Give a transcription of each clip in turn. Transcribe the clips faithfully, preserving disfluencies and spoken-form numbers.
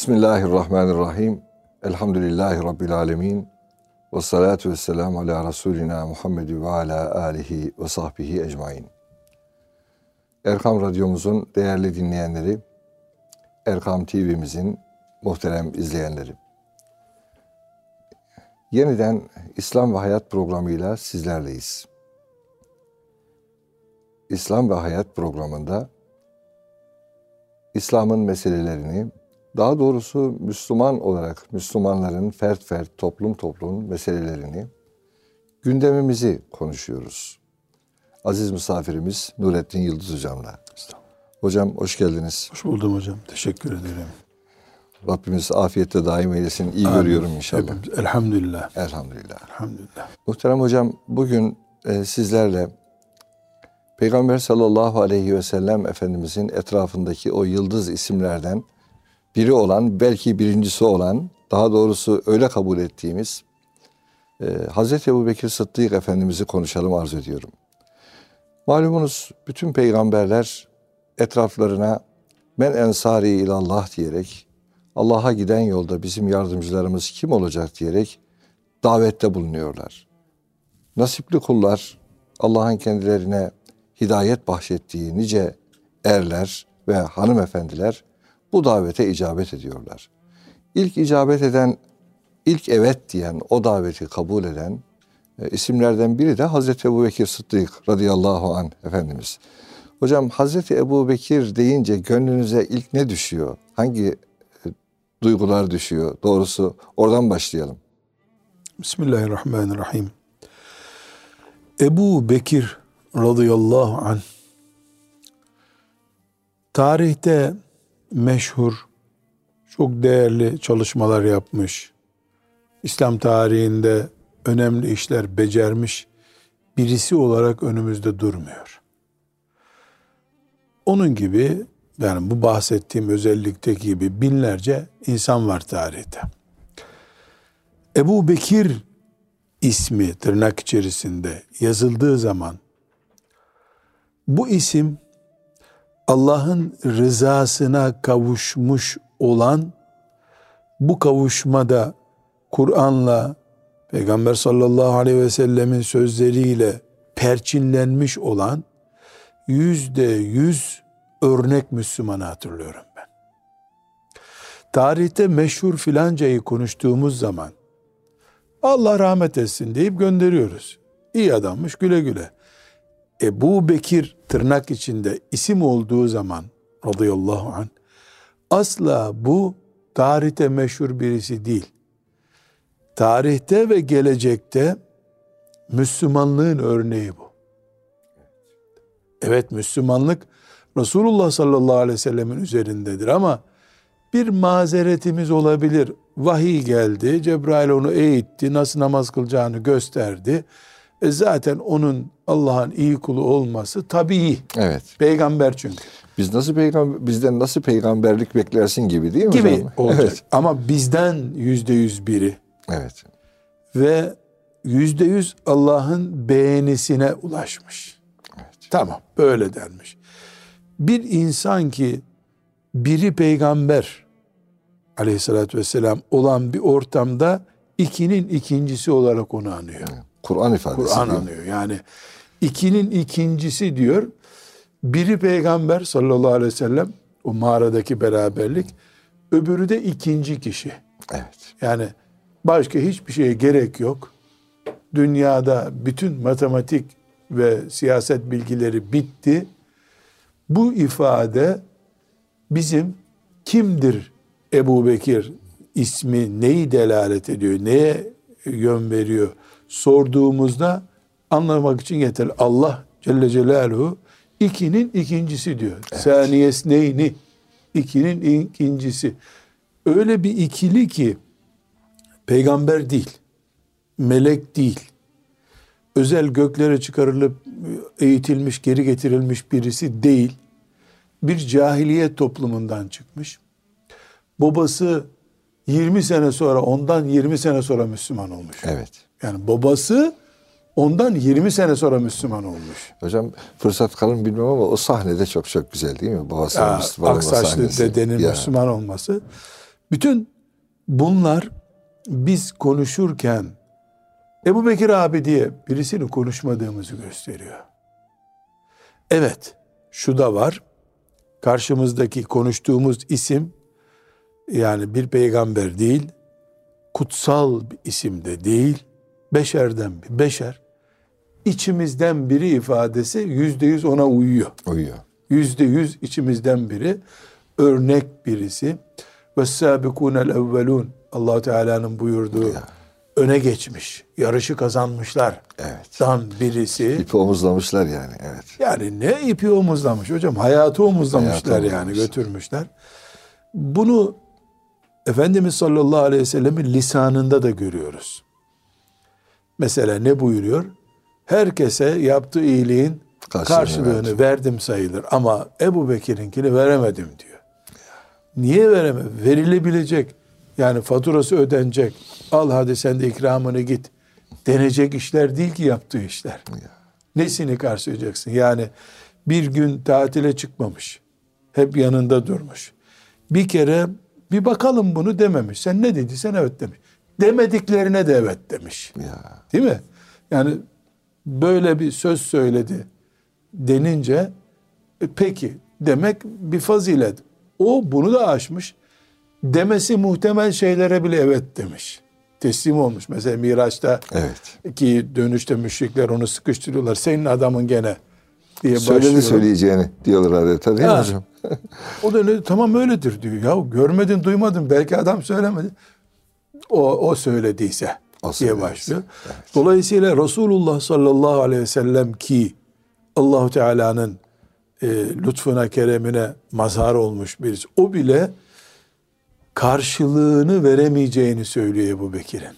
Bismillahirrahmanirrahim. Elhamdülillahi Rabbil alemin. Ve salatu ve selamu ala Resulina Muhammedi ve ala alihi ve sahbihi ecmain. Erkam Radyomuzun değerli dinleyenleri, Erkam T V'mizin muhterem izleyenleri. Yeniden İslam ve Hayat programıyla sizlerleyiz. İslam ve Hayat programında İslam'ın meselelerini, daha doğrusu Müslüman olarak Müslümanların fert fert, toplum toplum meselelerini, gündemimizi konuşuyoruz. Aziz misafirimiz Nurettin Yıldız Hocam'la. Hocam hoş geldiniz. Hoş buldum hocam. Teşekkür ederim. Rabbimiz afiyette daim eylesin. İyi Amin. Görüyorum inşallah. Hepimiz. Elhamdülillah. Elhamdülillah. Elhamdülillah. Muhterem hocam, bugün e, sizlerle Peygamber sallallahu aleyhi ve sellem Efendimizin etrafındaki o yıldız isimlerden biri olan, belki birincisi olan, daha doğrusu öyle kabul ettiğimiz e, Hazreti Ebubekir Sıddık Efendimiz'i konuşalım arzu ediyorum. Malumunuz bütün peygamberler etraflarına men ensari ilallah diyerek, Allah'a giden yolda bizim yardımcılarımız kim olacak diyerek davette bulunuyorlar. Nasipli kullar, Allah'ın kendilerine hidayet bahşettiği nice erler ve hanımefendiler bu davete icabet ediyorlar. İlk icabet eden, ilk evet diyen, o daveti kabul eden e, isimlerden biri de Hazreti Ebubekir Sıddık radıyallahu anh Efendimiz. Hocam, Hazreti Ebubekir deyince gönlünüze ilk ne düşüyor? Hangi e, duygular düşüyor? Doğrusu oradan başlayalım. Bismillahirrahmanirrahim. Ebu Bekir radıyallahu anh tarihte meşhur, çok değerli çalışmalar yapmış, İslam tarihinde önemli işler becermiş birisi olarak önümüzde durmuyor. Onun gibi, yani bu bahsettiğim özellikteki gibi binlerce insan var tarihte. Ebu Bekir ismi tırnak içerisinde yazıldığı zaman bu isim Allah'ın rızasına kavuşmuş olan, bu kavuşmada Kur'an'la, Peygamber sallallahu aleyhi ve sellemin sözleriyle perçinlenmiş olan yüzde yüz örnek Müslümanı hatırlıyorum ben. Tarihte meşhur filancayı konuştuğumuz zaman Allah rahmet etsin deyip gönderiyoruz. İyi adammış, güle güle. Ebu Bekir tırnak içinde isim olduğu zaman radıyallahu anh, asla bu tarihte meşhur birisi değil. Tarihte ve gelecekte Müslümanlığın örneği bu. Evet, Müslümanlık Resulullah sallallahu aleyhi ve sellemin üzerindedir ama bir mazeretimiz olabilir. Vahiy geldi, Cebrail onu eğitti, nasıl namaz kılacağını gösterdi. E zaten onun Allah'ın iyi kulu olması tabii. Evet. Peygamber çünkü. Biz nasıl peygamber, bizden nasıl peygamberlik beklersin gibi değil mi gibi hocam? olacak. Evet. Ama bizden yüzde yüz biri. Evet. Ve yüzde yüz Allah'ın beğenisine ulaşmış. Evet. Tamam, böyle denmiş. Bir insan ki biri peygamber aleyhissalatü vesselam olan bir ortamda ikinin ikincisi olarak onu anıyor. Evet. Kur'an ifadesi. Kur'an anıyor. Yani ikinin ikincisi diyor. Biri peygamber sallallahu aleyhi ve sellem, o mağaradaki beraberlik. Öbürü de ikinci kişi. Evet. Yani başka hiçbir şeye gerek yok. Dünyada bütün matematik ve siyaset bilgileri bitti. Bu ifade bizim kimdir Ebu Bekir ismi neyi delalet ediyor, neye yön veriyor sorduğumuzda anlamak için yeterli. Allah Celle Celaluhu ikinin ikincisi diyor. Evet. Saniyesneyni, ikinin ikincisi. Öyle bir ikili ki peygamber değil, melek değil, özel göklere çıkarılıp eğitilmiş, geri getirilmiş birisi değil. Bir cahiliye toplumundan çıkmış. Babası yirmi sene sonra, ondan yirmi sene sonra Müslüman olmuş. Evet. Yani babası ondan yirmi sene sonra Müslüman olmuş. Hocam fırsat kalır mı bilmem ama o sahnede çok çok güzel değil mi? Babası Ya, Müslüman olma Aksaçlı sahnesi. dedenin ya. Müslüman olması. Bütün bunlar biz konuşurken Ebu Bekir abi diye birisini konuşmadığımızı gösteriyor. Evet, şu da var. Karşımızdaki konuştuğumuz isim yani bir peygamber değil, kutsal bir isim de değil, beşerden bir beşer. İçimizden biri ifadesi yüzde yüz ona uyuyor. Uyuyor. Yüzde yüz içimizden biri, örnek birisi. وَالسَّابِقُونَ الْاَوَّلُونَ Allah Teala'nın buyurduğu ya. Öne geçmiş, yarışı kazanmışlar. Evet. Dan birisi. İpi omuzlamışlar yani. Evet. Yani ne ipi omuzlamış hocam? Hayatı omuzlamışlar Hayatı yani omuzlamışlar. götürmüşler. Bunu Efendimiz sallallahu aleyhi ve sellemin lisanında da görüyoruz. Mesela ne buyuruyor? Herkese yaptığı iyiliğin Karşılığını, karşılığını verdim. verdim sayılır. Ama Ebu Bekir'inkini veremedim diyor. Niye veremem? Verilebilecek. Yani faturası ödenecek. Al hadi sen de ikramını git. Denecek işler değil ki yaptığı işler. Ya. Nesini karşılayacaksın? Yani bir gün tatile çıkmamış. Hep yanında durmuş. Bir kere bir bakalım bunu dememiş. Sen ne dediysen evet demiş. Demediklerine de evet demiş. Ya. Değil mi? Yani böyle bir söz söyledi denince e, peki demek bir fazilet. O bunu da aşmış. Demesi muhtemel şeylere bile evet demiş. Teslim olmuş. Mesela Miraç'ta Evet. ki dönüşte müşrikler onu sıkıştırıyorlar. Senin adamın gene diye Söyledi başlıyor. söyleyeceğini diyorlar adeta değil mi Ha. hocam? O da ne, tamam öyledir diyor. Ya görmedin duymadın belki adam söylemedi. O, o söylediyse O diye söylediyse, başlıyor. evet. Dolayısıyla Resulullah sallallahu aleyhi ve sellem ki Allahu Teala'nın e, lütfuna keremine mazhar olmuş birisi. O bile karşılığını veremeyeceğini söylüyor Ebu Bekir'in.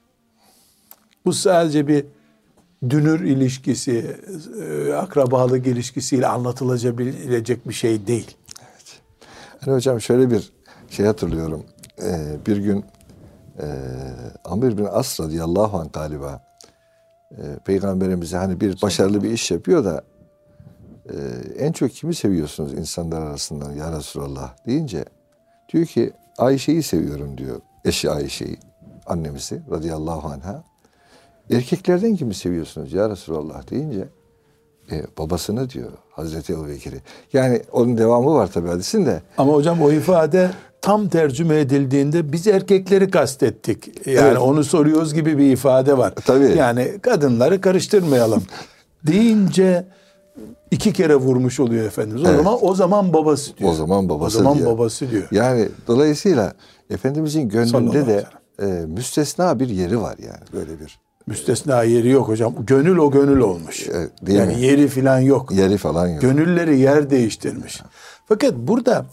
Bu sadece bir dünür ilişkisi, e, akrabalık ilişkisiyle anlatılabilecek bir şey değil. Hani hocam şöyle bir şey hatırlıyorum. Ee, bir gün e, Amr bin As radıyallahu anh galiba e, Peygamberimize hani bir başarılı bir iş yapıyor da e, en çok kimi seviyorsunuz insanlar arasından ya Resulallah deyince diyor ki Ayşe'yi seviyorum diyor. Eşi Ayşe'yi, annemizi radıyallahu anha. Erkeklerden kimi seviyorsunuz ya Resulallah deyince e, babasını diyor Hazreti Ebu Bekir'i. Yani onun devamı var tabii hadisin de. Ama hocam o ifade tam tercüme edildiğinde biz erkekleri kastettik. Yani Evet. onu soruyoruz gibi bir ifade var. Tabii. Yani kadınları karıştırmayalım deyince iki kere vurmuş oluyor Efendimiz. O Evet. zaman o zaman babası diyor. O zaman babası O zaman diyor. babası diyor. Yani dolayısıyla Efendimizin Sallallahu gönlünde aleyhi de e, müstesna bir yeri var yani böyle bir. Müstesna yeri yok hocam. Gönül o gönül olmuş. E, değil yani mi? yeri filan yok. Yeri falan yok. Gönülleri yer değiştirmiş. Fakat burada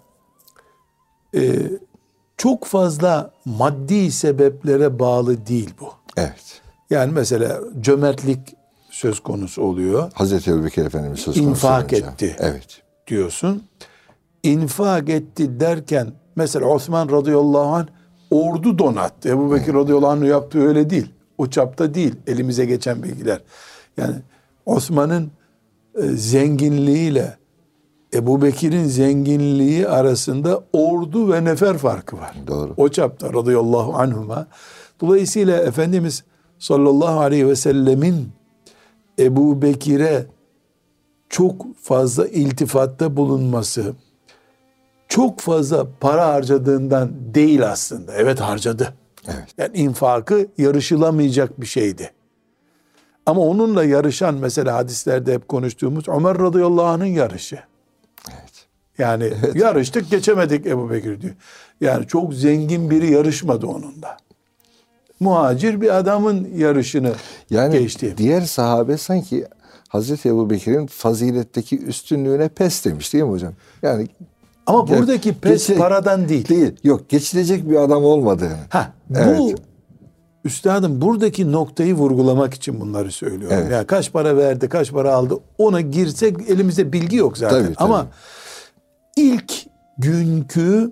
e, çok fazla maddi sebeplere bağlı değil bu. Evet. Yani mesela cömertlik söz konusu oluyor. Hazreti Ebubekir Efendimiz söz konusu İnfak olunca. etti. Evet. Diyorsun. İnfak etti derken mesela Osman radıyallahu anh ordu donattı. Ebu Bekir radıyallahu anh yaptığı öyle değil. O çapta değil elimize geçen bilgiler. Yani Osman'ın e, zenginliğiyle Ebu Bekir'in zenginliği arasında ordu ve nefer farkı var. Doğru. O çapta radıyallahu anhuma. Dolayısıyla Efendimiz sallallahu aleyhi ve sellemin Ebu Bekir'e çok fazla iltifatta bulunması, çok fazla para harcadığından değil aslında. Evet harcadı. Evet. Yani infakı yarışılamayacak bir şeydi. Ama onunla yarışan mesela hadislerde hep konuştuğumuz Ömer radıyallahu anh'ın yarışı. Evet. Yani yarıştık geçemedik Ebu Bekir diyor. Yani çok zengin biri yarışmadı onunla. Muhacir bir adamın yarışını Yani geçti. diğer sahabe sanki Hazreti Ebubekir'in faziletteki üstünlüğüne pes demiş değil mi hocam? Yani Ama buradaki pes geçe- paradan değil. değil. Yok geçilecek bir adam olmadığını. Ha, bu Evet. üstadım buradaki noktayı vurgulamak için bunları söylüyorum. Evet. Yani kaç para verdi, kaç para aldı ona girsek elimizde bilgi yok zaten. Tabii, tabii. Ama ilk günkü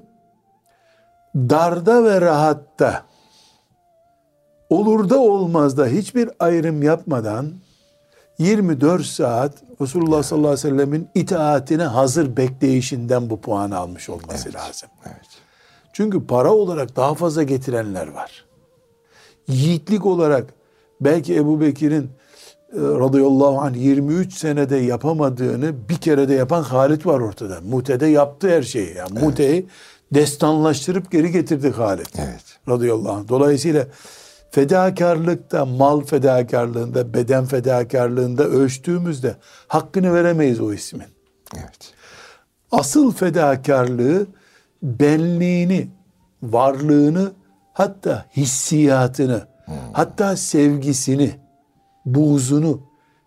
darda ve rahatta olur da olmaz da hiçbir ayrım yapmadan yirmi dört saat Resulullah sallallahu aleyhi ve sellemin itaatine hazır bekleyişinden bu puanı almış olması Evet. lazım. Evet. Çünkü para olarak daha fazla getirenler var. Yiğitlik olarak belki Ebu Bekir'in e, radıyallahu anh yirmi üç senede yapamadığını bir kerede yapan Halid var ortada. Mute'de yaptı her şeyi. Yani evet. Mute'yi destanlaştırıp geri getirdi Halid. Evet. Radıyallahu anh. Dolayısıyla fedakarlıkta, mal fedakarlığında, beden fedakarlığında ölçtüğümüzde hakkını veremeyiz o ismin. Evet. Asıl fedakarlığı benliğini, varlığını, hatta hissiyatını, hmm. hatta sevgisini, buğzunu,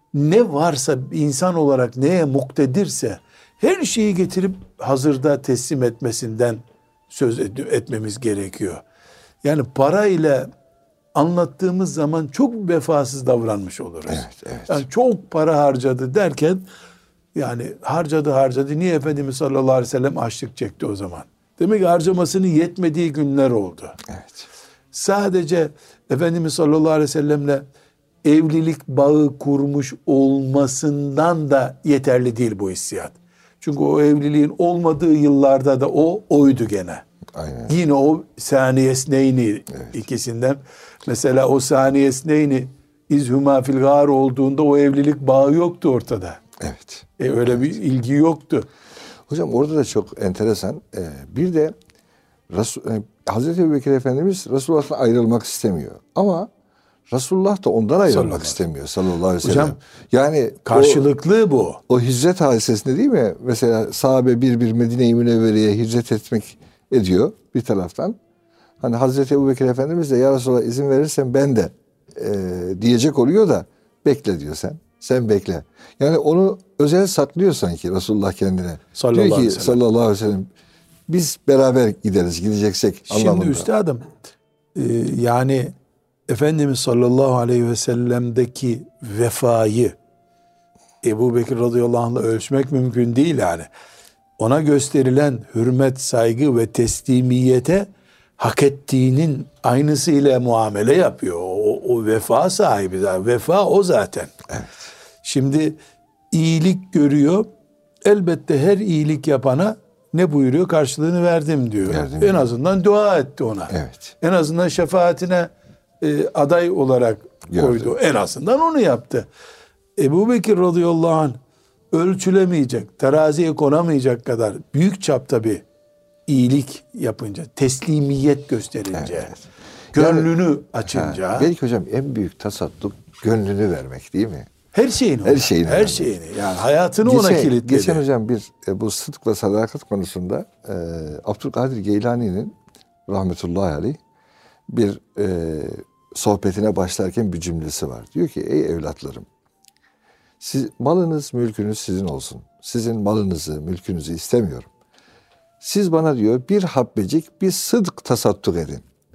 ne varsa insan olarak neye muktedirse her şeyi getirip hazırda teslim etmesinden söz etmemiz gerekiyor. Yani para ile anlattığımız zaman çok vefasız davranmış oluruz. Evet, evet. Yani çok para harcadı derken, yani harcadı harcadı. Niye Efendimiz sallallahu aleyhi ve sellem açlık çekti o zaman? Demek ki harcamasının yetmediği günler oldu. Evet. Sadece Efendimiz sallallahu aleyhi ve sellemle evlilik bağı kurmuş olmasından da yeterli değil bu hissiyat. Çünkü o evliliğin olmadığı yıllarda da o oydu gene. Aynen. Yine o saniyesneyni evet. ikisinden. Mesela o saniyesneyni izhuma fil gâr olduğunda o evlilik bağı yoktu ortada. Evet. E öyle evet. bir ilgi yoktu. Hocam orada da çok enteresan. Ee, bir de Resul, e, Hazreti Ebubekir Efendimiz Resulullah'tan ayrılmak istemiyor. Ama Resulullah da ondan ayrılmak sallallahu istemiyor sallallahu aleyhi ve sellem. Hocam, yani karşılıklı o, bu. O hicret hadisesinde değil mi? Mesela sahabe bir bir Medine-i Münevvere'ye hicret etmek ediyor bir taraftan. Hani Hazreti Ebubekir Efendimiz de ya Resulallah izin verirsen ben de e, diyecek oluyor da bekle diyor sen. Sen bekle. Yani onu özel saklıyor sanki Resulullah kendine. Sallallahu diyor ki aleyhi ve sellem. sallallahu aleyhi ve sellem biz beraber gideriz, gideceksek anlamında. Şimdi üstadım e, yani Efendimiz sallallahu aleyhi ve sellem'deki vefayı Ebu Bekir radıyallahu anh'la ölçmek mümkün değil yani. Ona gösterilen hürmet, saygı ve teslimiyete hak ettiğinin aynısıyla muamele yapıyor. O, o vefa sahibi zaten. Vefa o zaten. Evet. Şimdi iyilik görüyor. Elbette her iyilik yapana ne buyuruyor? Karşılığını verdim diyor. Verdim. En azından dua etti ona. Evet. En azından şefaatine e, aday olarak Gördüm. koydu. En azından onu yaptı. Ebu Bekir radıyallahu anh ölçülemeyecek, teraziye konamayacak kadar büyük çapta bir iyilik yapınca, teslimiyet gösterince, evet. gönlünü yani, açınca. Ha, belki hocam en büyük tasadduk gönlünü vermek değil mi? Her şeyini. Her şeyini. Her şeyini. Yani hayatını geçen, ona kilitledi. Geçen hocam bir e, bu sıdk ve sadakat konusunda e, Abdülkadir Geylani'nin rahmetullahi aleyh bir e, sohbetine başlarken bir cümlesi var. Diyor ki ey evlatlarım siz, malınız mülkünüz sizin olsun. Sizin malınızı mülkünüzü istemiyorum. Siz bana diyor bir habbecik bir sıdk tasadduk edin.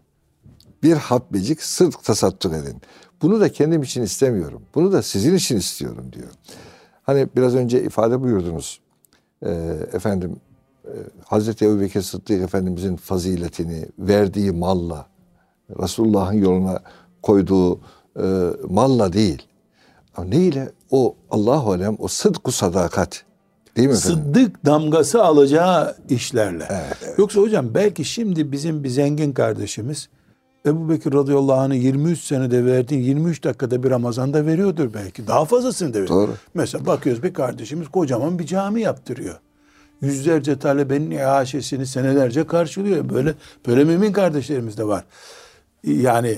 Bir habbecik sıdk tasadduk edin. Bunu da kendim için istemiyorum. Bunu da sizin için istiyorum diyor. Hani biraz önce ifade buyurdunuz. Ee, efendim e, Hazreti Ebubekir Sıddık Efendimizin faziletini verdiği malla, Resulullah'ın yoluna koyduğu e, malla değil. Ama neyle? O Allahu alem o sıdku sadakat. Değil mi efendim? Sıddık damgası alacağı işlerle. Evet, evet. Yoksa hocam belki şimdi bizim bir zengin kardeşimiz Ebu Bekir radıyallahu anh'ı yirmi üç senede verdiğin yirmi üç dakikada bir Ramazan'da veriyordur belki. Daha fazlasını da veriyor. Doğru. Mesela bakıyoruz bir kardeşimiz kocaman bir cami yaptırıyor. Yüzlerce talebenin iaşesini senelerce karşılıyor. Böyle böyle mümin kardeşlerimiz de var. Yani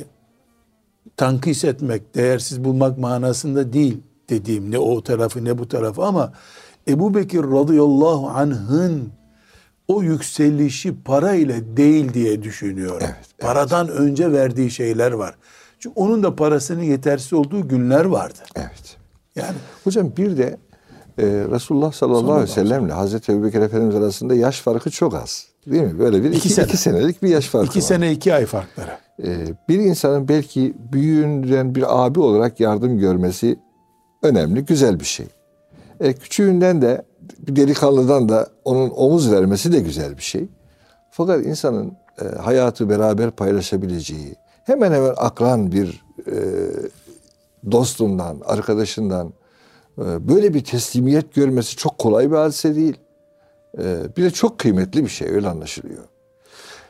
tankis etmek, değersiz bulmak manasında değil dediğim, ne o tarafı ne bu tarafı, ama Ebu Bekir radıyallahu anh'ın o yükselişi para ile değil diye düşünüyorum. Evet, evet. Paradan önce verdiği şeyler var. Çünkü onun da parasının yetersiz olduğu günler vardı. Evet. Yani hocam bir de e, Resulullah sallallahu aleyhi ve sellemle Hazreti Ebubekir Efendimiz arasında yaş farkı çok az. Değil mi? Böyle bir iki, iki, sene. iki senelik bir yaş farkı iki var. sene iki ay farkları. E, bir insanın belki büyüğünden bir abi olarak yardım görmesi önemli, güzel bir şey. E, küçüğünden de bir delikanlıdan da onun omuz vermesi de güzel bir şey. Fakat insanın e, hayatı beraber paylaşabileceği, hemen hemen akran bir e, dostundan, arkadaşından e, böyle bir teslimiyet görmesi çok kolay bir hadise değil. E, bir de çok kıymetli bir şey, öyle anlaşılıyor.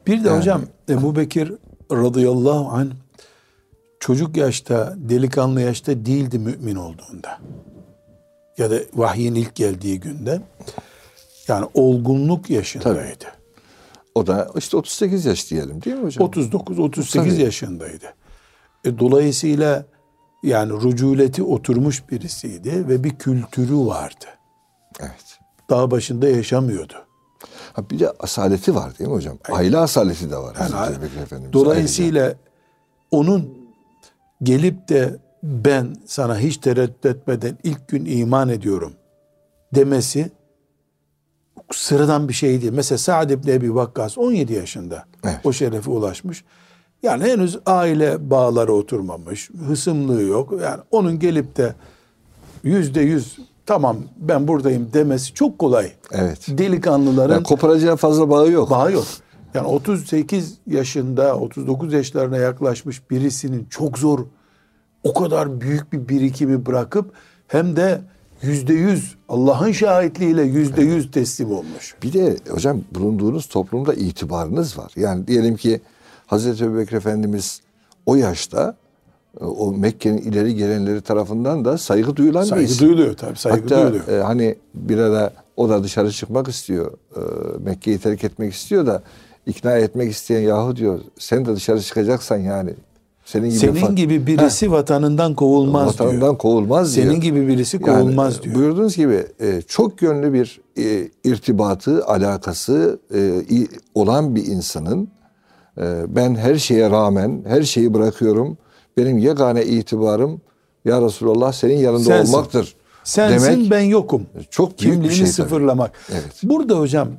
Bir de Yani- hocam Ebu Bekir radıyallahu anh çocuk yaşta, delikanlı yaşta değildi mümin olduğunda. Ya da vahyin ilk geldiği günde. Yani olgunluk yaşındaydı. O da işte otuz sekiz yaş diyelim değil mi hocam? otuz dokuz otuz sekiz Tabii. yaşındaydı. E, dolayısıyla yani rüculeti oturmuş birisiydi ve bir kültürü vardı. Evet. Dağ başında yaşamıyordu. Ha bir de asaleti var değil mi hocam? Aile asaleti de var. Yani Hazreti Ebu Bekir Efendimiz. dolayısıyla ayrıca onun gelip de ben sana hiç tereddüt etmeden ilk gün iman ediyorum demesi sıradan bir şey değil. Mesela Sa'd ibn Ebi Vakkas on yedi yaşında Evet. o şerefe ulaşmış. Yani henüz aile bağları oturmamış, hısımlığı yok. Yani onun gelip de yüzde yüz tamam ben buradayım demesi çok kolay. Evet. Delikanlıların Yani koparacağı fazla bağı yok. bağı yok. Yani otuz sekiz yaşında, otuz dokuz yaşlarına yaklaşmış birisinin çok zor o kadar büyük bir birikimi bırakıp hem de yüzde yüz Allah'ın şahitliğiyle yüzde yüz teslim olmuş. Bir de hocam bulunduğunuz toplumda itibarınız var. Yani diyelim ki Hazreti Ebu Bekir Efendimiz o yaşta o Mekke'nin ileri gelenleri tarafından da saygı duyulan bir Saygı isim. duyuluyor tabii, saygı Hatta duyuluyor. e, hani bir ara o da dışarı çıkmak istiyor. E, Mekke'yi terk etmek istiyor da ikna etmek isteyen yahu diyor sen de dışarı çıkacaksan yani senin gibi Senin gibi birisi Heh, vatanından kovulmaz vatanından diyor. kovulmaz diyor. Senin gibi birisi kovulmaz yani, diyor. Buyurduğunuz gibi e, çok yönlü bir e, irtibatı, alakası e, i, olan bir insanın e, ben her şeye rağmen her şeyi bırakıyorum. Benim yegane itibarım ya Resulallah senin yanında Sensin. olmaktır. Sensin demek ben yokum. çok büyük bir Kimliğini şey tabii. sıfırlamak. Evet. Burada hocam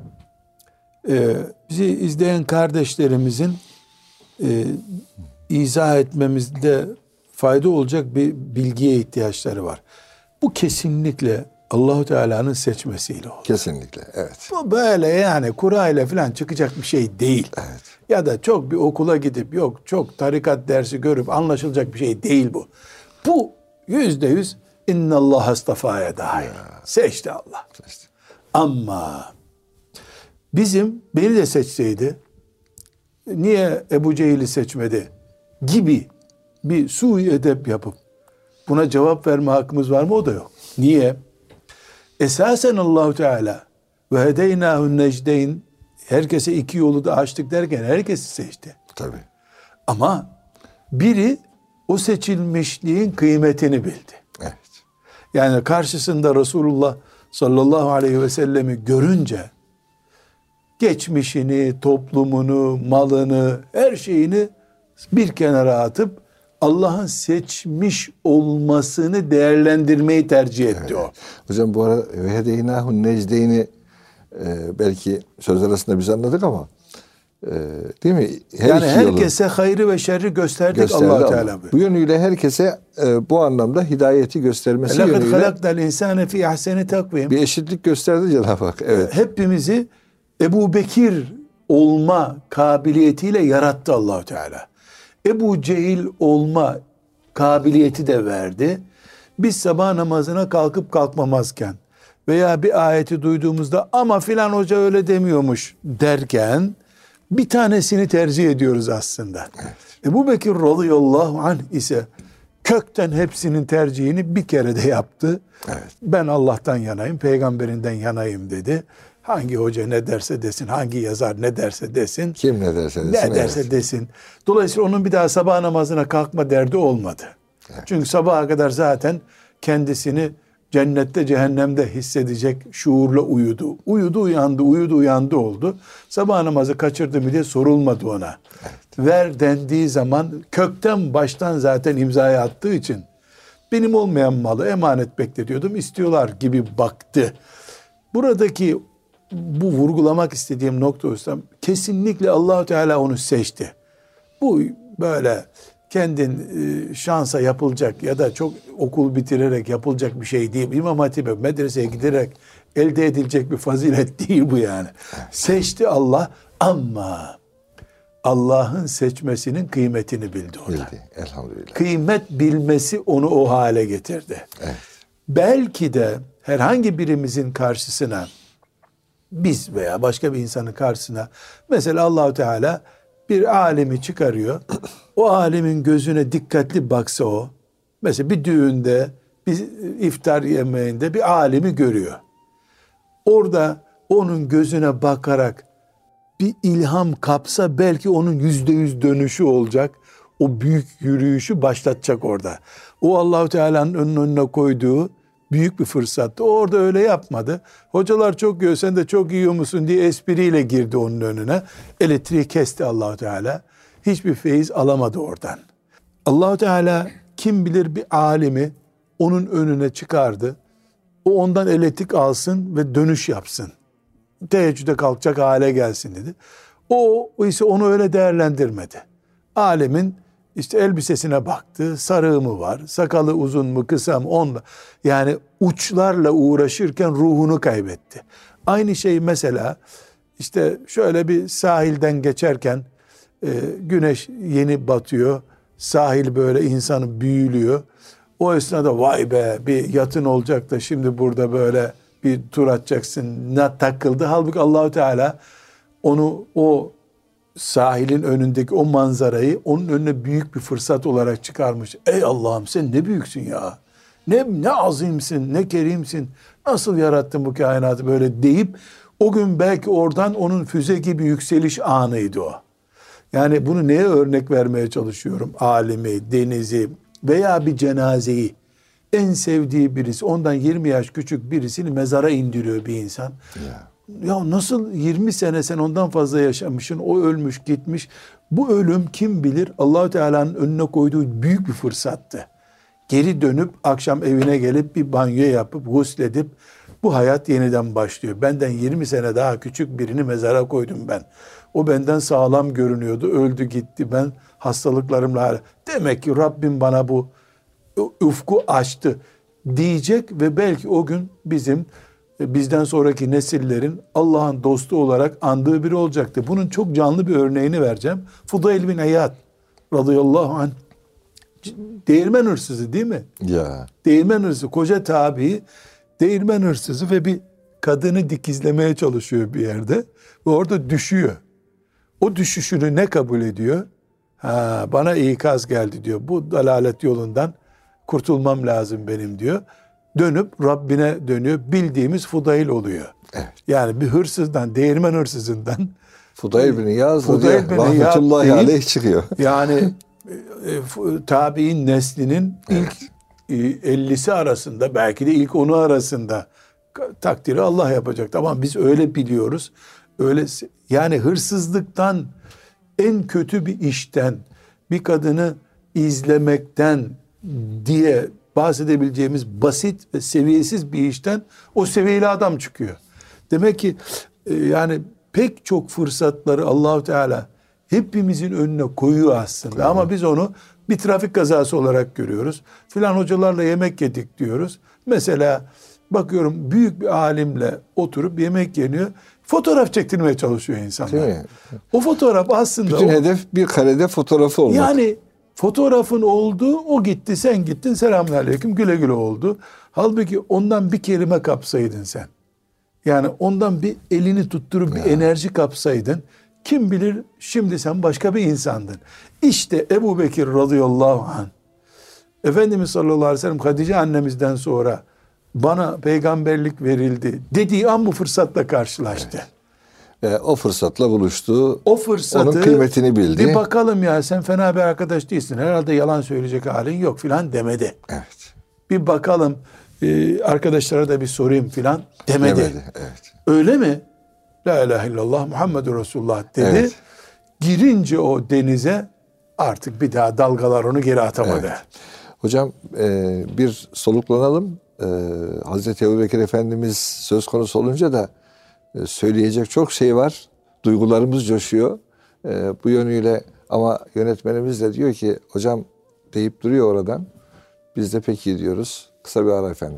e, bizi izleyen kardeşlerimizin e, izah etmemizde fayda olacak bir bilgiye ihtiyaçları var. Bu kesinlikle Allahu Teala'nın seçmesiyle oldu. Kesinlikle evet. Bu böyle yani kura ile falan çıkacak bir şey değil. Evet. Ya da çok bir okula gidip yok çok tarikat dersi görüp anlaşılacak bir şey değil bu. Bu yüzde yüz innallah astafaya dair. Seçti Allah. İşte. Ama bizim beni de seçseydi niye Ebu Cehil'i seçmedi gibi bir sui edep yapıp buna cevap verme hakkımız var mı? O da yok. Niye? Esasen Allahu Teala ve hedeynâhun necdeyn herkese iki yolu da açtık derken herkesi seçti. Tabii. Ama biri o seçilmişliğin kıymetini bildi. Evet. Yani karşısında Resulullah sallallahu aleyhi ve sellemi görünce geçmişini, toplumunu, malını, her şeyini bir kenara atıp Allah'ın seçmiş olmasını değerlendirmeyi tercih etti Evet. o. Hocam bu arada ve hedeynâhun necdeyni e, belki söz arasında biz anladık ama e, değil mi? Her Yani iki yolu herkese hayrı ve şerri gösterdik gösterdi Allah-u Allah. Teala. Bu yönüyle herkese e, bu anlamda hidayeti göstermesi Lekad yönüyle halaknal insane fi ahseni takvim. bir eşitlik gösterdi Cenab-ı Hak. Evet. Hepimizi Ebu Bekir olma kabiliyetiyle yarattı Allah-u Teala. Ebu Cehil olma kabiliyeti de verdi. Biz sabah namazına kalkıp kalkmamazken veya bir ayeti duyduğumuzda ama filan hoca öyle demiyormuş derken bir tanesini tercih ediyoruz aslında. Evet. Ebu Bekir radıyallahu anh ise kökten hepsinin tercihini bir kere de yaptı. Evet. Ben Allah'tan yanayım, peygamberinden yanayım dedi. Hangi hoca ne derse desin, hangi yazar ne derse desin. Kim ne derse desin. Ne derse evet. desin. Dolayısıyla onun bir daha sabah namazına kalkma derdi olmadı. Evet. Çünkü sabaha kadar zaten kendisini cennette cehennemde hissedecek şuurla uyudu. Uyudu uyandı, uyudu uyandı oldu. Sabah namazı kaçırdı mı diye sorulmadı ona. Evet. Ver dendiği zaman kökten baştan zaten imzayı attığı için benim olmayan malı emanet bekletiyordum istiyorlar gibi baktı. Buradaki bu vurgulamak istediğim nokta olsam kesinlikle Allah-u Teala onu seçti. Bu böyle kendin e, şansa yapılacak ya da çok okul bitirerek yapılacak bir şey değil. İmam Hatip'e, medreseye giderek elde edilecek bir fazilet değil bu yani. Seçti Allah ama Allah'ın seçmesinin kıymetini bildi orada. Bildi. Elhamdülillah. Kıymet bilmesi onu o hale getirdi. Evet. Belki de herhangi birimizin karşısına biz veya başka bir insanın karşısına mesela Allahu Teala bir alimi çıkarıyor. O alimin gözüne dikkatli baksa o, mesela bir düğünde, bir iftar yemeğinde bir alimi görüyor. Orada onun gözüne bakarak bir ilham kapsa belki onun yüzde yüz dönüşü olacak. O büyük yürüyüşü başlatacak orada. O Allahu Teala'nın önüne, önüne koyduğu büyük bir fırsattı. O orada öyle yapmadı. Hocalar çok yiyor, sen de çok yiyor musun diye espriyle girdi onun önüne. Elektriği kesti Allahu Teala. Hiçbir feyiz alamadı oradan. Allahu Teala kim bilir bir alimi onun önüne çıkardı. O ondan elektrik alsın ve dönüş yapsın. Teheccüde kalkacak hale gelsin dedi. O, o ise onu öyle değerlendirmedi. Alemin işte elbisesine baktı, sarığı mı var, sakalı uzun mu, kısa mı, onunla. Yani uçlarla uğraşırken ruhunu kaybetti. Aynı şey mesela işte şöyle bir sahilden geçerken e, güneş yeni batıyor, sahil böyle insanı büyülüyor. O esnada vay be bir yatın olacak da şimdi burada böyle bir tur atacaksın, ne takıldı. Halbuki Allahu Teala onu o sahilin önündeki o manzarayı onun önüne büyük bir fırsat olarak çıkarmış. Ey Allah'ım sen ne büyüksün ya. Ne ne azimsin, ne kerimsin. Nasıl yarattın bu kainatı böyle deyip o gün belki oradan onun füze gibi yükseliş anıydı o. Yani bunu neye örnek vermeye çalışıyorum? Alimi, denizi veya bir cenazeyi. En sevdiği birisi, ondan yirmi yaş küçük birisini mezara indiriyor bir insan. Ya. Ya nasıl yirmi sene sen ondan fazla yaşamışsın, o ölmüş gitmiş. Bu ölüm kim bilir Allahu Teala'nın önüne koyduğu büyük bir fırsattı. Geri dönüp akşam evine gelip bir banyo yapıp gusledip bu hayat yeniden başlıyor. Benden yirmi sene daha küçük birini mezara koydum ben. O benden sağlam görünüyordu, öldü gitti, ben hastalıklarımla. Demek ki Rabbim bana bu ufku açtı diyecek ve belki o gün bizim bizden sonraki nesillerin Allah'ın dostu olarak andığı biri olacaktı. Bunun çok canlı bir örneğini vereceğim. Fudayl bin İyad radıyallahu anh değirmen hırsızı değil mi? Ya. Değirmen hırsızı, koca tabi, değirmen hırsızı ve bir kadını dikizlemeye çalışıyor bir yerde ve orada düşüyor. O düşüşünü ne kabul ediyor? Ha, bana ikaz geldi diyor. Bu dalalet yolundan kurtulmam lazım benim diyor. Dönüp Rabbine dönüyor. Bildiğimiz Fudayl oluyor. Evet. Yani bir hırsızdan, değirmen hırsızından Fudayl bin İyad Fudayl bin İyad rahmetullahi aleyh çıkıyor. Yani e, e, tabi'in neslinin ilk evet. e, ellisi arasında, belki de ilk onu arasında takdiri Allah yapacak. Tamam, biz öyle biliyoruz. Öyle yani hırsızlıktan, en kötü bir işten, bir kadını izlemekten diye bahsedebileceğimiz basit ve seviyesiz bir işten o seviyeli adam çıkıyor. Demek ki e, yani pek çok fırsatları Allahu Teala hepimizin önüne koyuyor aslında. Evet. Ama biz onu bir trafik kazası olarak görüyoruz. Filan hocalarla yemek yedik diyoruz. Mesela bakıyorum büyük bir alimle oturup yemek yeniyor. Fotoğraf çektirmeye çalışıyor insanlar. O fotoğraf aslında... Bütün o, hedef bir karede fotoğrafı olmak. Yani fotoğrafın oldu, o gitti, sen gittin, selamünaleyküm, güle güle oldu. Halbuki ondan bir kelime kapsaydın sen. Yani ondan bir elini tutturup ya. bir enerji kapsaydın. Kim bilir şimdi sen başka bir insandın. İşte Ebu Bekir radıyallahu anh, Efendimiz sallallahu aleyhi ve sellem Hatice annemizden sonra bana peygamberlik verildi dediği an bu fırsatla karşılaştı. Evet. E, o fırsatla buluştu. O fırsatı onun kıymetini bildi. Bir bakalım ya, sen fena bir arkadaş değilsin, herhalde yalan söyleyecek halin yok filan demedi. Evet. Bir bakalım e, arkadaşlara da bir sorayım filan demedi. demedi. Evet. Öyle mi? La ilahe illallah Muhammedur Resulullah dedi. Evet. Girince o denize artık bir daha dalgalar onu geri atamadı. Evet. Hocam e, bir soluklanalım. E, Hazreti Ebubekir Efendimiz söz konusu olunca da e, söyleyecek çok şey var. Duygularımız coşuyor. E, bu yönüyle ama yönetmenimiz de diyor ki hocam deyip duruyor oradan. Biz de peki diyoruz. Kısa bir ara efendim.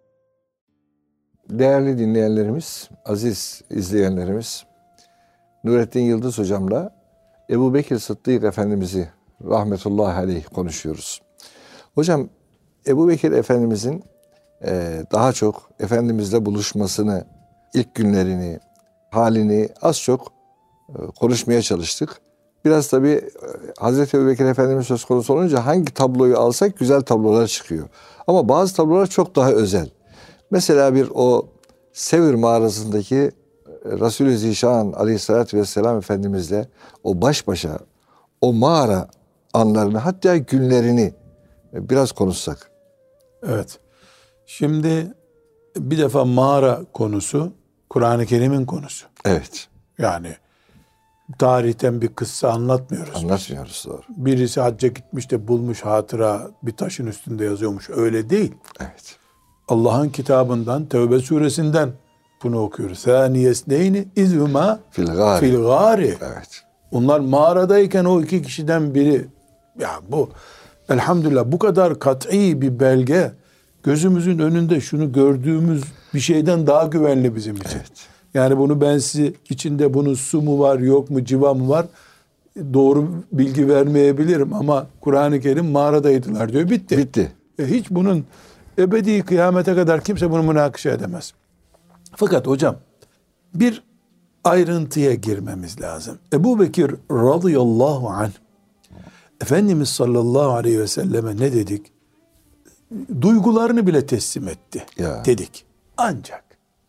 Değerli dinleyenlerimiz, aziz izleyenlerimiz, Nurettin Yıldız hocamla Ebubekir Sıddık Efendimiz'i rahmetullahi aleyh konuşuyoruz. Hocam Ebubekir Efendimiz'in e, daha çok Efendimiz'le buluşmasını, ilk günlerini, halini az çok e, konuşmaya çalıştık. Biraz tabii e, Hazreti Ebubekir Efendimiz söz konusu olunca hangi tabloyu alsak güzel tablolar çıkıyor. Ama bazı tablolar çok daha özel. Mesela bir o Sevr mağarasındaki e, Resulü Zişan Aleyhisselatü Vesselam Efendimizle o baş başa o mağara anlarını hatta günlerini e, biraz konuşsak. Evet. Şimdi bir defa mağara konusu Kur'an-ı Kerim'in konusu. Evet. Yani tarihten bir kıssa anlatmıyoruz. Anlatmıyoruz doğru. Birisi hacca gitmiş de bulmuş hatıra bir taşın üstünde yazıyormuş. Öyle değil. Evet. Allah'ın kitabından Tevbe suresinden bunu okuyoruz. Sâniyesneyni izhuma Fil gâri. fil gâri. Evet. Onlar mağaradayken o iki kişiden biri, ya bu elhamdülillah bu kadar kat'i bir belge gözümüzün önünde şunu gördüğümüz bir şeyden daha güvenli bizim için. Evet. Yani bunu ben size içinde bunun su mu var yok mu civa mı var doğru bilgi vermeyebilirim ama Kur'an-ı Kerim mağaradaydılar diyor, bitti. Bitti. E hiç bunun ebedi kıyamete kadar kimse bunu münakışa edemez. Fakat hocam bir ayrıntıya girmemiz lazım. Ebu Bekir radıyallahu anh Efendimiz sallallahu aleyhi ve selleme ne dedik? Duygularını bile teslim etti Ya. dedik. Ancak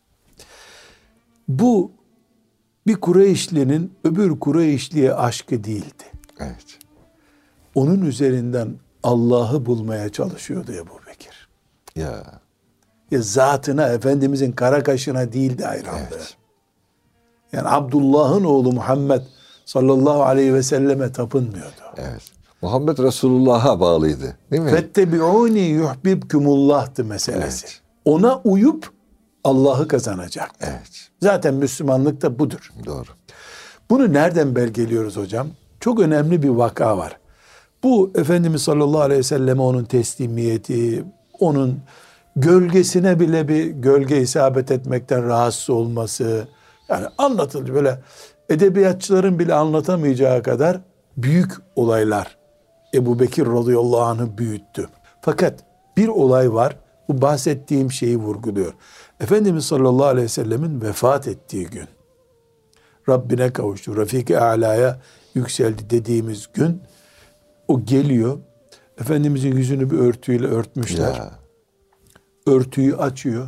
bu bir Kureyşlinin öbür Kureyşliye aşkı değildi. Evet. Onun üzerinden Allah'ı bulmaya çalışıyordu Ebu Bekir. Ya. Ya zatına, Efendimizin kara kaşına değildi hayranlığı. Evet. Yani Abdullah'ın oğlu Muhammed sallallahu aleyhi ve selleme tapınmıyordu. Evet. Muhammed Resulullah'a bağlıydı. Değil mi? Fettebi'uni yuhbibkumullah'tı meselesi. Evet. Ona uyup Allah'ı kazanacaktı. Evet. Zaten Müslümanlık da budur. Doğru. Bunu nereden belgeliyoruz hocam? Çok önemli bir vaka var. Bu Efendimiz sallallahu aleyhi ve selleme onun teslimiyeti, onun gölgesine bile bir gölge isabet etmekten rahatsız olması, yani anlatıldı böyle edebiyatçıların bile anlatamayacağı kadar büyük olaylar Ebu Bekir radıyallahu anh'ı büyüttü. Fakat bir olay var, bu bahsettiğim şeyi vurguluyor. Efendimiz sallallahu aleyhi ve sellemin vefat ettiği gün, Rabbine kavuştu, Rafik-i A'la'ya yükseldi dediğimiz gün, o geliyor, Efendimizin yüzünü bir örtüyle örtmüşler. Ya. Örtüyü açıyor.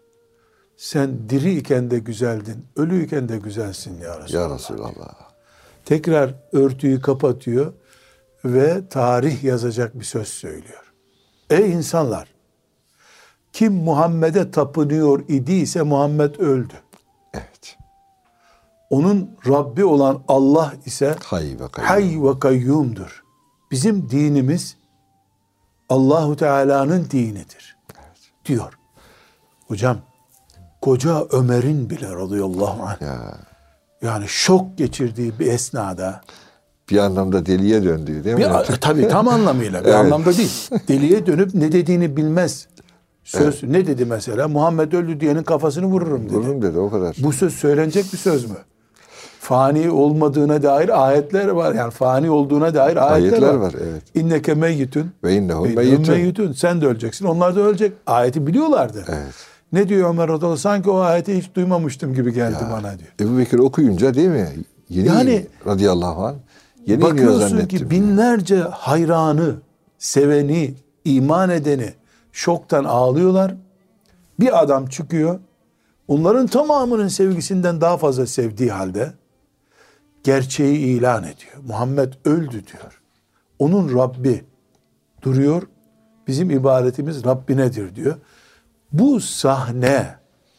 Sen diriyken de güzeldin, ölüyken de güzelsin ya Resulallah. Ya Resulallah. Tekrar örtüyü kapatıyor ve tarih yazacak bir söz söylüyor. Ey insanlar! Kim Muhammed'e tapınıyor idiyse Muhammed öldü. Evet. Onun Rabbi olan Allah ise Hay ve kayyum. hay ve kayyumdur. Bizim dinimiz Allahu Teala'nın dinidir. Evet. Diyor. Hocam koca Ömer'in bile radıyallahu anh Ya. yani şok geçirdiği bir esnada Bir anlamda deliye döndü değil mi? bir, tabii tam anlamıyla bir Evet. anlamda değil. Deliye dönüp ne dediğini bilmez. Söz ne dedi mesela? Muhammed öldü diyenin kafasını vururum dedi. Vururum dedi o kadar. Bu söz söylenecek bir söz mü? Fani olmadığına dair ayetler var. Yani fani olduğuna dair ayetler, Ayetler var. var, evet. İnneke meyyitün. Ve innehum innehum meyyitun. meyyitun. Sen de öleceksin. Onlar da ölecek. Ayeti biliyorlardı. Evet. Ne diyor Ömer radıyallahu anh? Sanki o ayeti hiç duymamıştım gibi geldi Ya. bana diyor. Ebu Bekir okuyunca değil mi? Yeni Yani radıyallahu anh. Yeni bakıyorsun ki binlerce hayranı, seveni, iman edeni şoktan ağlıyorlar. Bir adam çıkıyor. Onların tamamının sevgisinden daha fazla sevdiği halde gerçeği ilan ediyor. Muhammed öldü diyor. Onun Rabbi duruyor. Bizim ibadetimiz Rabbinedir diyor. Bu sahne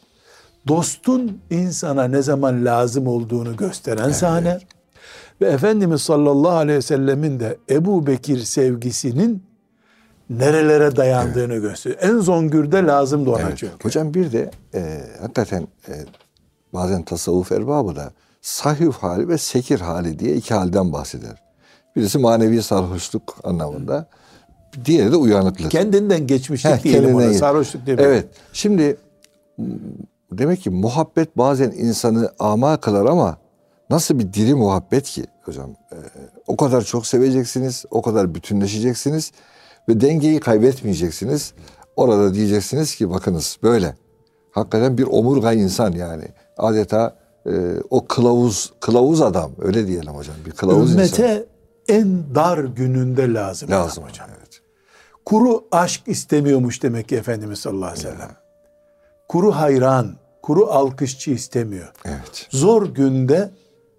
dostun insana ne zaman lazım olduğunu gösteren evet. sahne ve Efendimiz sallallahu aleyhi ve sellemin de Ebu Bekir sevgisinin nerelere dayandığını evet. gösteriyor. En zongürde lazımdı ona evet. çünkü. Hocam bir de e, hakikaten e, bazen tasavvuf erbabı da sahih hali ve sekir hali diye iki halden bahseder. Birisi manevi sarhoşluk anlamında. Diğeri de uyanıklık. Kendinden geçmişlik Heh, diyelim ona. Sarhoşluk değil mi? Evet. Şimdi demek ki muhabbet bazen insanı ama kılar ama nasıl bir diri muhabbet ki hocam. Ee, o kadar çok seveceksiniz, o kadar bütünleşeceksiniz ve dengeyi kaybetmeyeceksiniz. Orada diyeceksiniz ki bakınız böyle. Hakikaten bir omurga insan yani. Adeta e, o kılavuz kılavuz adam, öyle diyelim hocam, bir kılavuz Ümmete insan. en dar gününde lazım. Lazım hocam. Evet. Kuru aşk istemiyormuş demek ki Efendimiz sallallahu aleyhi ve sellem. Kuru hayran, kuru alkışçı istemiyor. Evet. Zor günde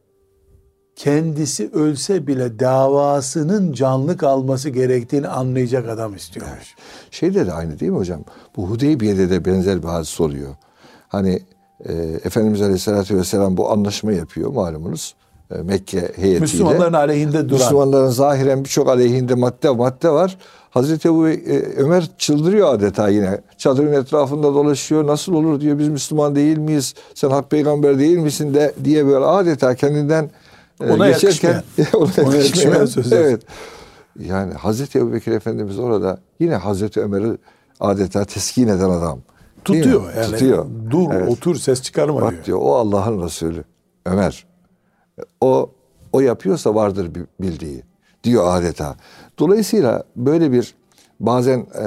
kendisi ölse bile davasının canlı kalması gerektiğini anlayacak adam istiyormuş. Evet. Şeyde de aynı değil mi hocam? Bu Hudeybiye'de de benzer bir hadise oluyor. Hani e, Efendimiz Aleyhisselatü Vesselam bu anlaşma yapıyor malumunuz. E, Mekke heyetiyle. Müslümanların aleyhinde duran. Müslümanların zahiren birçok aleyhinde madde madde var. Hazreti Ebu e, Ömer çıldırıyor adeta yine. Çadırın etrafında dolaşıyor. Nasıl olur diyor, biz Müslüman değil miyiz? Sen hak peygamber değil misin de diye böyle adeta kendinden e, ona geçerken. Yakışmayan. Ona yakışmayan sözler. Evet. Yani Hazreti Ebubekir Efendimiz orada yine Hazreti Ömer'i adeta teskin eden adam. Tutuyor yani. Tutuyor. Dur, Evet. otur, ses çıkarma Bak diyor. diyor, o Allah'ın Resulü Ömer. O o yapıyorsa vardır bildiği diyor adeta. Dolayısıyla böyle bir bazen e,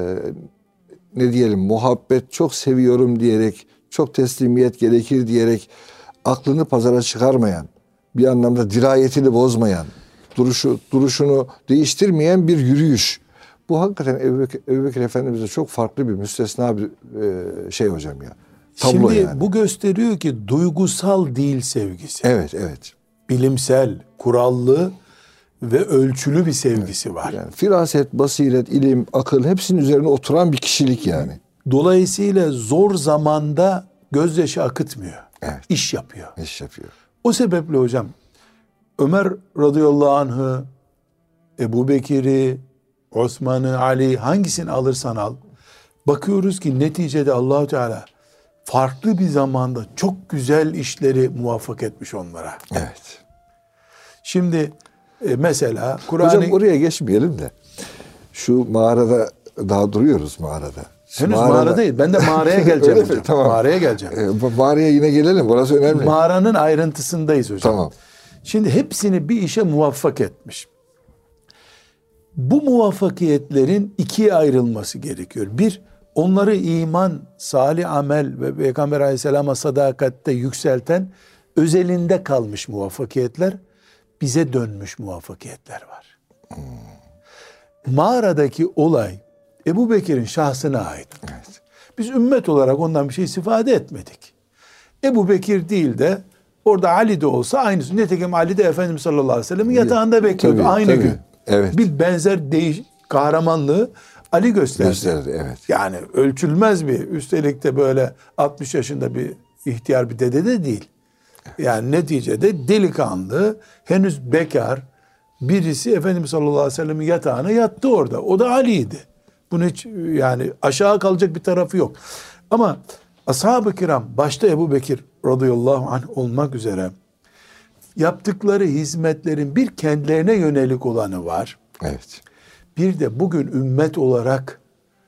ne diyelim, muhabbet, çok seviyorum diyerek, çok teslimiyet gerekir diyerek aklını pazara çıkarmayan, bir anlamda dirayetini bozmayan, duruşu duruşunu değiştirmeyen bir yürüyüş. Bu hakikaten Ebubekir, Ebubekir Efendimiz'e çok farklı bir, müstesna bir e, şey hocam ya. Tablo. Şimdi yani. bu gösteriyor ki duygusal değil sevgisi. Evet, evet. Bilimsel, kurallı ve ölçülü bir sevgisi evet. var. Yani firaset, basiret, ilim, akıl hepsinin üzerine oturan bir kişilik yani. Dolayısıyla zor zamanda gözyaşı akıtmıyor. Evet. İş yapıyor. İş yapıyor. O sebeple hocam Ömer radıyallahu anh'ı, Ebu Bekir'i, Osman'ı, Ali, hangisini alırsan al, bakıyoruz ki neticede Allahu Teala farklı bir zamanda çok güzel işleri muvaffak etmiş onlara. Evet. Şimdi e, mesela Kur'an-ı... Hocam oraya geçmeyelim de şu mağarada daha duruyoruz mağarada. Şu Henüz mağarada... mağara değil. Ben de mağaraya geleceğim hocam. Tamam. Mağaraya geleceğim. E, mağaraya yine gelelim. Burası önemli. Mağaranın ayrıntısındayız hocam. Tamam. Şimdi hepsini bir işe muvaffak etmiş. Bu muvaffakiyetlerin ikiye ayrılması gerekiyor. Bir, onları iman, salih amel ve Peygamber Aleyhisselam'a sadakatte yükselten özelinde kalmış muvaffakiyetler, bize dönmüş muvaffakiyetler var. Hmm. Mağaradaki olay Ebu Bekir'in şahsına ait. Evet. Biz ümmet olarak ondan bir şey istifade etmedik. Ebu Bekir değil de orada Ali de olsa aynısı. Nitekim Ali de Efendimiz sallallahu aleyhi ve sellem'in yatağında bekliyordu tabii, aynı tabii. gün. Evet. Bir benzer değiş kahramanlığı Ali gösterdi. Gösterdi, evet. Yani ölçülmez bir, üstelik de böyle altmış yaşında bir ihtiyar bir dede de değil. Yani neticede delikanlı, henüz bekar birisi Efendimiz sallallahu aleyhi ve sellem'in yatağına yattı orada. O da Ali'ydi. Bunun hiç yani aşağı kalacak bir tarafı yok. Ama ashab-ı kiram başta Ebu Bekir radıyallahu anh olmak üzere yaptıkları hizmetlerin bir kendilerine yönelik olanı var. Evet. Bir de bugün ümmet olarak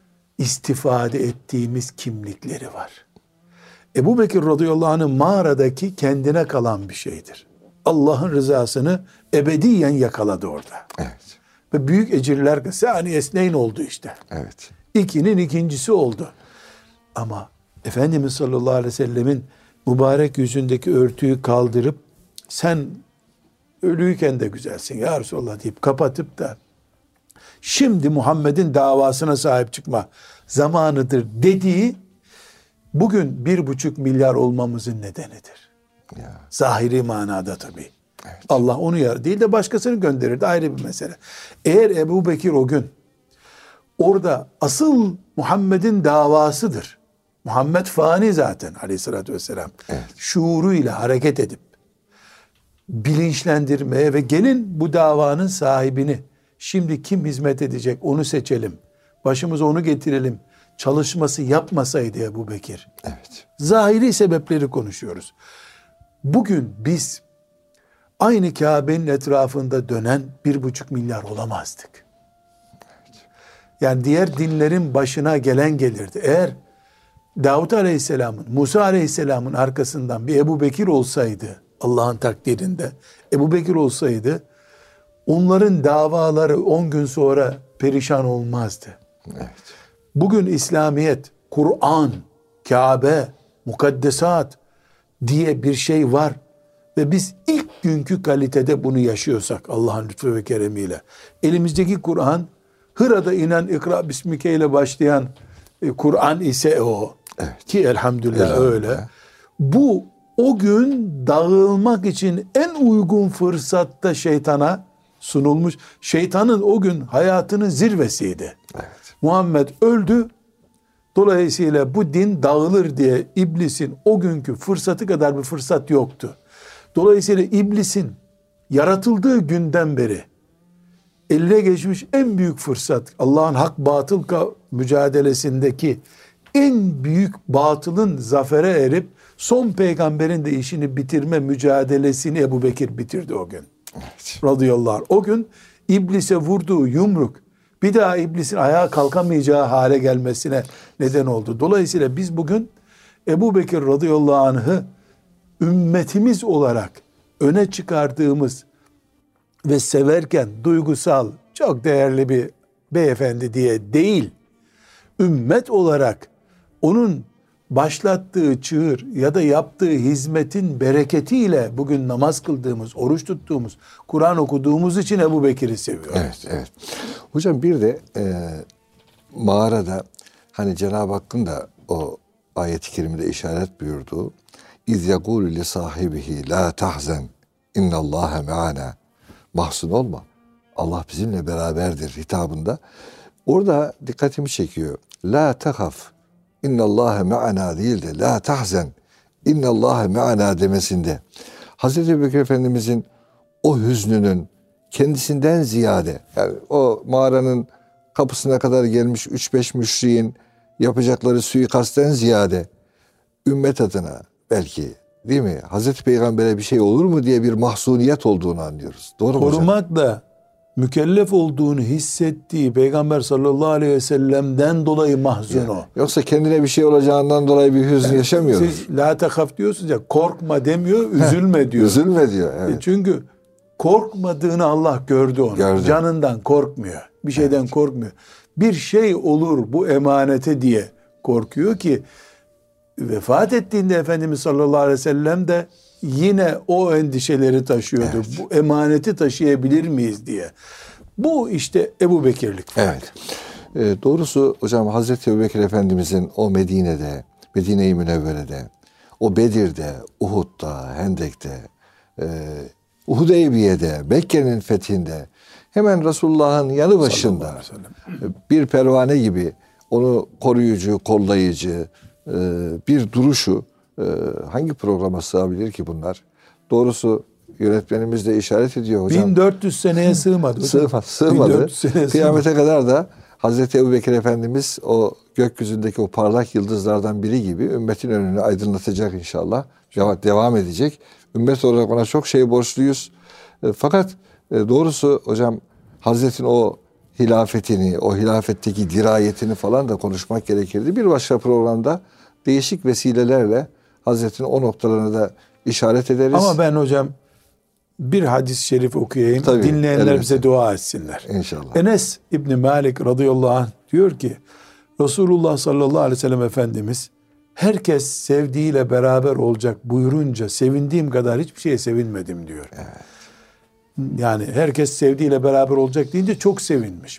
istifade ettiğimiz kimlikleri var. Ebu Bekir radıyallahu anh'ın mağaradaki kendine kalan bir şeydir. Allah'ın rızasını ebediyen yakaladı orada. Evet. Ve büyük ecirler, sani esneyn oldu işte. Evet. İkinin ikincisi oldu. Ama Efendimiz sallallahu aleyhi ve sellemin mübarek yüzündeki örtüyü kaldırıp sen ölüyken de güzelsin ya Resulallah deyip kapatıp da şimdi Muhammed'in davasına sahip çıkma zamanıdır dediği bugün bir buçuk milyar olmamızın nedenidir. Ya. Zahiri manada tabii. Evet. Allah onu yar değil de başkasını gönderirdi, ayrı bir mesele. Eğer Ebu Bekir o gün orada asıl Muhammed'in davasıdır. Muhammed fani zaten aleyhissalatü vesselam. Evet. Şuuruyla hareket edip bilinçlendirmeye ve gelin bu davanın sahibini şimdi kim hizmet edecek onu seçelim. Başımıza onu getirelim. Çalışması yapmasaydı Ebu Bekir. Evet. Zahiri sebepleri konuşuyoruz. Bugün biz aynı Kabe'nin etrafında dönen bir buçuk milyar olamazdık. Evet. Yani diğer dinlerin başına gelen gelirdi. Eğer Davut Aleyhisselam'ın, Musa Aleyhisselam'ın arkasından bir Ebu Bekir olsaydı, Allah'ın takdirinde Ebu Bekir olsaydı, onların davaları on gün sonra perişan olmazdı. Evet. Bugün İslamiyet, Kur'an, Kabe, mukaddesat, diye bir şey var ve biz ilk günkü kalitede bunu yaşıyorsak Allah'ın lütfu ve keremiyle, elimizdeki Kur'an Hıra'da inen İkra Bismike ile başlayan e, Kur'an ise o, evet, ki elhamdülillah, elhamdülillah öyle. Bu o gün dağılmak için en uygun fırsatta şeytana sunulmuş. Şeytanın o gün hayatının zirvesiydi. Evet. Muhammed öldü. Dolayısıyla bu din dağılır diye iblisin o günkü fırsatı kadar bir fırsat yoktu. Dolayısıyla iblisin yaratıldığı günden beri eline geçmiş en büyük fırsat, Allah'ın hak batıl mücadelesindeki en büyük batılın zafere erip son peygamberin de işini bitirme mücadelesini Ebubekir bitirdi o gün. Evet. Radıyallahu anh. O gün iblise vurduğu yumruk bir daha iblisin ayağa kalkamayacağı hale gelmesine neden oldu. Dolayısıyla biz bugün Ebubekir radıyallahu anh'ı ümmetimiz olarak öne çıkardığımız ve severken duygusal, çok değerli bir beyefendi diye değil, ümmet olarak onun başlattığı çığır ya da yaptığı hizmetin bereketiyle bugün namaz kıldığımız, oruç tuttuğumuz, Kur'an okuduğumuz için Ebubekir'i seviyoruz. Evet, evet. Hocam bir de e, mağarada hani Cenab-ı Hakk'ın da o ayet-i kerimede işaret buyurduğu İz yegûlü li sahibihi la tahzen innallâhe me'ana, mahzun olma, Allah bizimle beraberdir hitabında. Orada dikkatimi çekiyor. La tehaf innallâhe me'ana değil de la tahzen innallâhe me'ana demesinde Hazreti Ebubekir Efendimizin o hüznünün kendisinden ziyade, yani o mağaranın kapısına kadar gelmiş üç beş müşriğin yapacakları suikastten ziyade ümmet adına belki, değil mi, Hazreti Peygamber'e bir şey olur mu diye bir mahzuniyet olduğunu anlıyoruz. Doğru mu hocam? Korumakla mükellef olduğunu hissettiği Peygamber sallallahu aleyhi ve sellem'den dolayı mahzun yani, o. Yoksa kendine bir şey olacağından dolayı bir hüzün yani, yaşamıyoruz. Siz la tehaf diyorsunuz ya, korkma demiyor, üzülme diyor. Üzülme diyor. Evet. E çünkü korkmadığını Allah gördü onu. Gördüm. Canından korkmuyor. Bir şeyden evet. korkmuyor. Bir şey olur bu emanete diye korkuyor ki vefat ettiğinde Efendimiz sallallahu aleyhi ve sellem de yine o endişeleri taşıyordu. Evet. Bu emaneti taşıyabilir miyiz diye. Bu işte Ebubekirlik. Evet. E, doğrusu hocam Hazreti Ebubekir Efendimizin o Medine'de, Medine-i Münevvere'de, o Bedir'de, Uhud'da, Hendek'te, e, Hudeybiye'de, Mekke'nin fethinde, hemen Resulullah'ın yanı başında bir pervane gibi onu koruyucu, kollayıcı bir duruşu hangi programa sığabilir ki bunlar? Doğrusu yönetmenimiz de işaret ediyor hocam. bin dört yüz seneye sığmadı. Sığmadı. Sığmadı. Kıyamete sığmadı. Kadar da Hazreti Ebubekir Efendimiz o gökyüzündeki o parlak yıldızlardan biri gibi ümmetin önünü aydınlatacak inşallah. Devam edecek. Ümmet olarak ona çok şey borçluyuz. Fakat doğrusu hocam Hazretin o hilafetini, o hilafetteki dirayetini falan da konuşmak gerekirdi. Bir başka programda değişik vesilelerle Hazretin o noktalarına da işaret ederiz. Ama ben hocam bir hadis-i şerif okuyayım. Tabii, dinleyenler elbette. Bize dua etsinler. İnşallah. Enes İbni Malik radıyallahu anh diyor ki Resulullah sallallahu aleyhi ve sellem Efendimiz herkes sevdiğiyle beraber olacak buyurunca sevindiğim kadar hiçbir şeye sevinmedim diyor. Evet. Yani herkes sevdiğiyle beraber olacak deyince çok sevinmiş.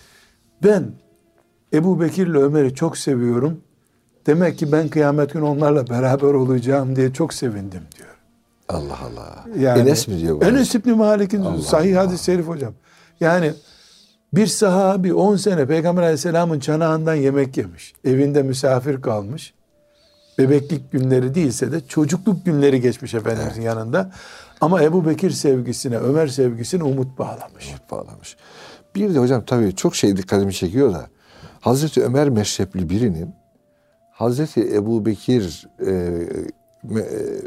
Ben Ebubekir'le Ömer'i çok seviyorum. Demek ki ben kıyamet günü onlarla beraber olacağım diye çok sevindim diyor. Allah Allah. Yani, Enes mi diyor bu? Enes İbni Malik'in sahih hadis-i şerif hocam. Yani bir sahabi on sene Peygamber Aleyhisselam'ın çanağından yemek yemiş. Evinde misafir kalmış. Bebeklik günleri değilse de çocukluk günleri geçmiş Efendimizin evet. yanında. Ama Ebubekir sevgisine, Ömer sevgisine umut bağlamış. Umut bağlamış. Bir de hocam tabii çok şey dikkatimi çekiyor da Hazreti Ömer meşrepli birinin Hazreti Ebubekir e, e,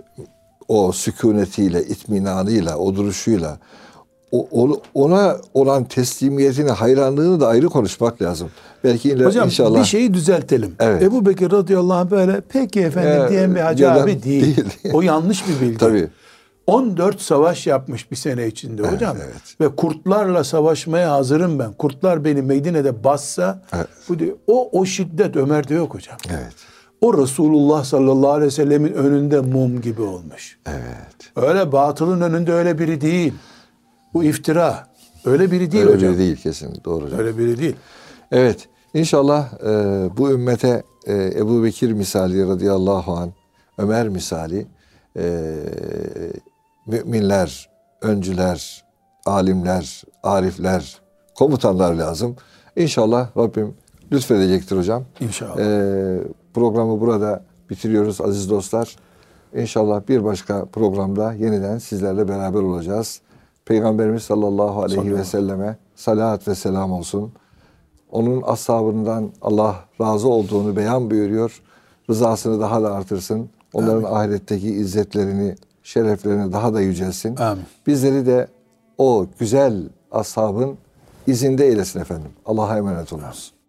o sükunetiyle, itminanıyla, o duruşuyla o, ona olan teslimiyetini, hayranlığını da ayrı konuşmak lazım. Belki hocam inşallah. Bir şeyi düzeltelim. Evet. Ebubekir radıyallahu anh böyle peki efendim ee, diyen bir hacı abi değil. değil. O yanlış bir bilgi. Tabii. on dört savaş yapmış bir sene içinde evet, hocam. Evet. Ve kurtlarla savaşmaya hazırım ben. Kurtlar beni Medine'de bassa evet. bu diyor, o o şiddet Ömer'de yok hocam. Evet. o Resulullah sallallahu aleyhi ve sellemin önünde mum gibi olmuş. Evet. Öyle batılın önünde öyle biri değil. Bu iftira. Öyle biri değil Öyle hocam. biri değil kesin. Doğru hocam. Öyle biri değil. Evet. İnşallah e, bu ümmete e, Ebu Bekir misali radıyallahu anh, Ömer misali e, müminler, öncüler, alimler, arifler, komutanlar lazım. İnşallah Rabbim lütfedecektir hocam. İnşallah. E, programı burada bitiriyoruz aziz dostlar. İnşallah bir başka programda yeniden sizlerle beraber olacağız. Peygamberimiz sallallahu aleyhi ve selleme salat ve selam olsun. Onun ashabından Allah razı olduğunu beyan buyuruyor. Rızasını daha da artırsın. Onların Amin. Ahiretteki izzetlerini, şereflerini daha da yücelsin. Amin. Bizleri de o güzel ashabın izinde eylesin efendim. Allah'a emanet olunuz.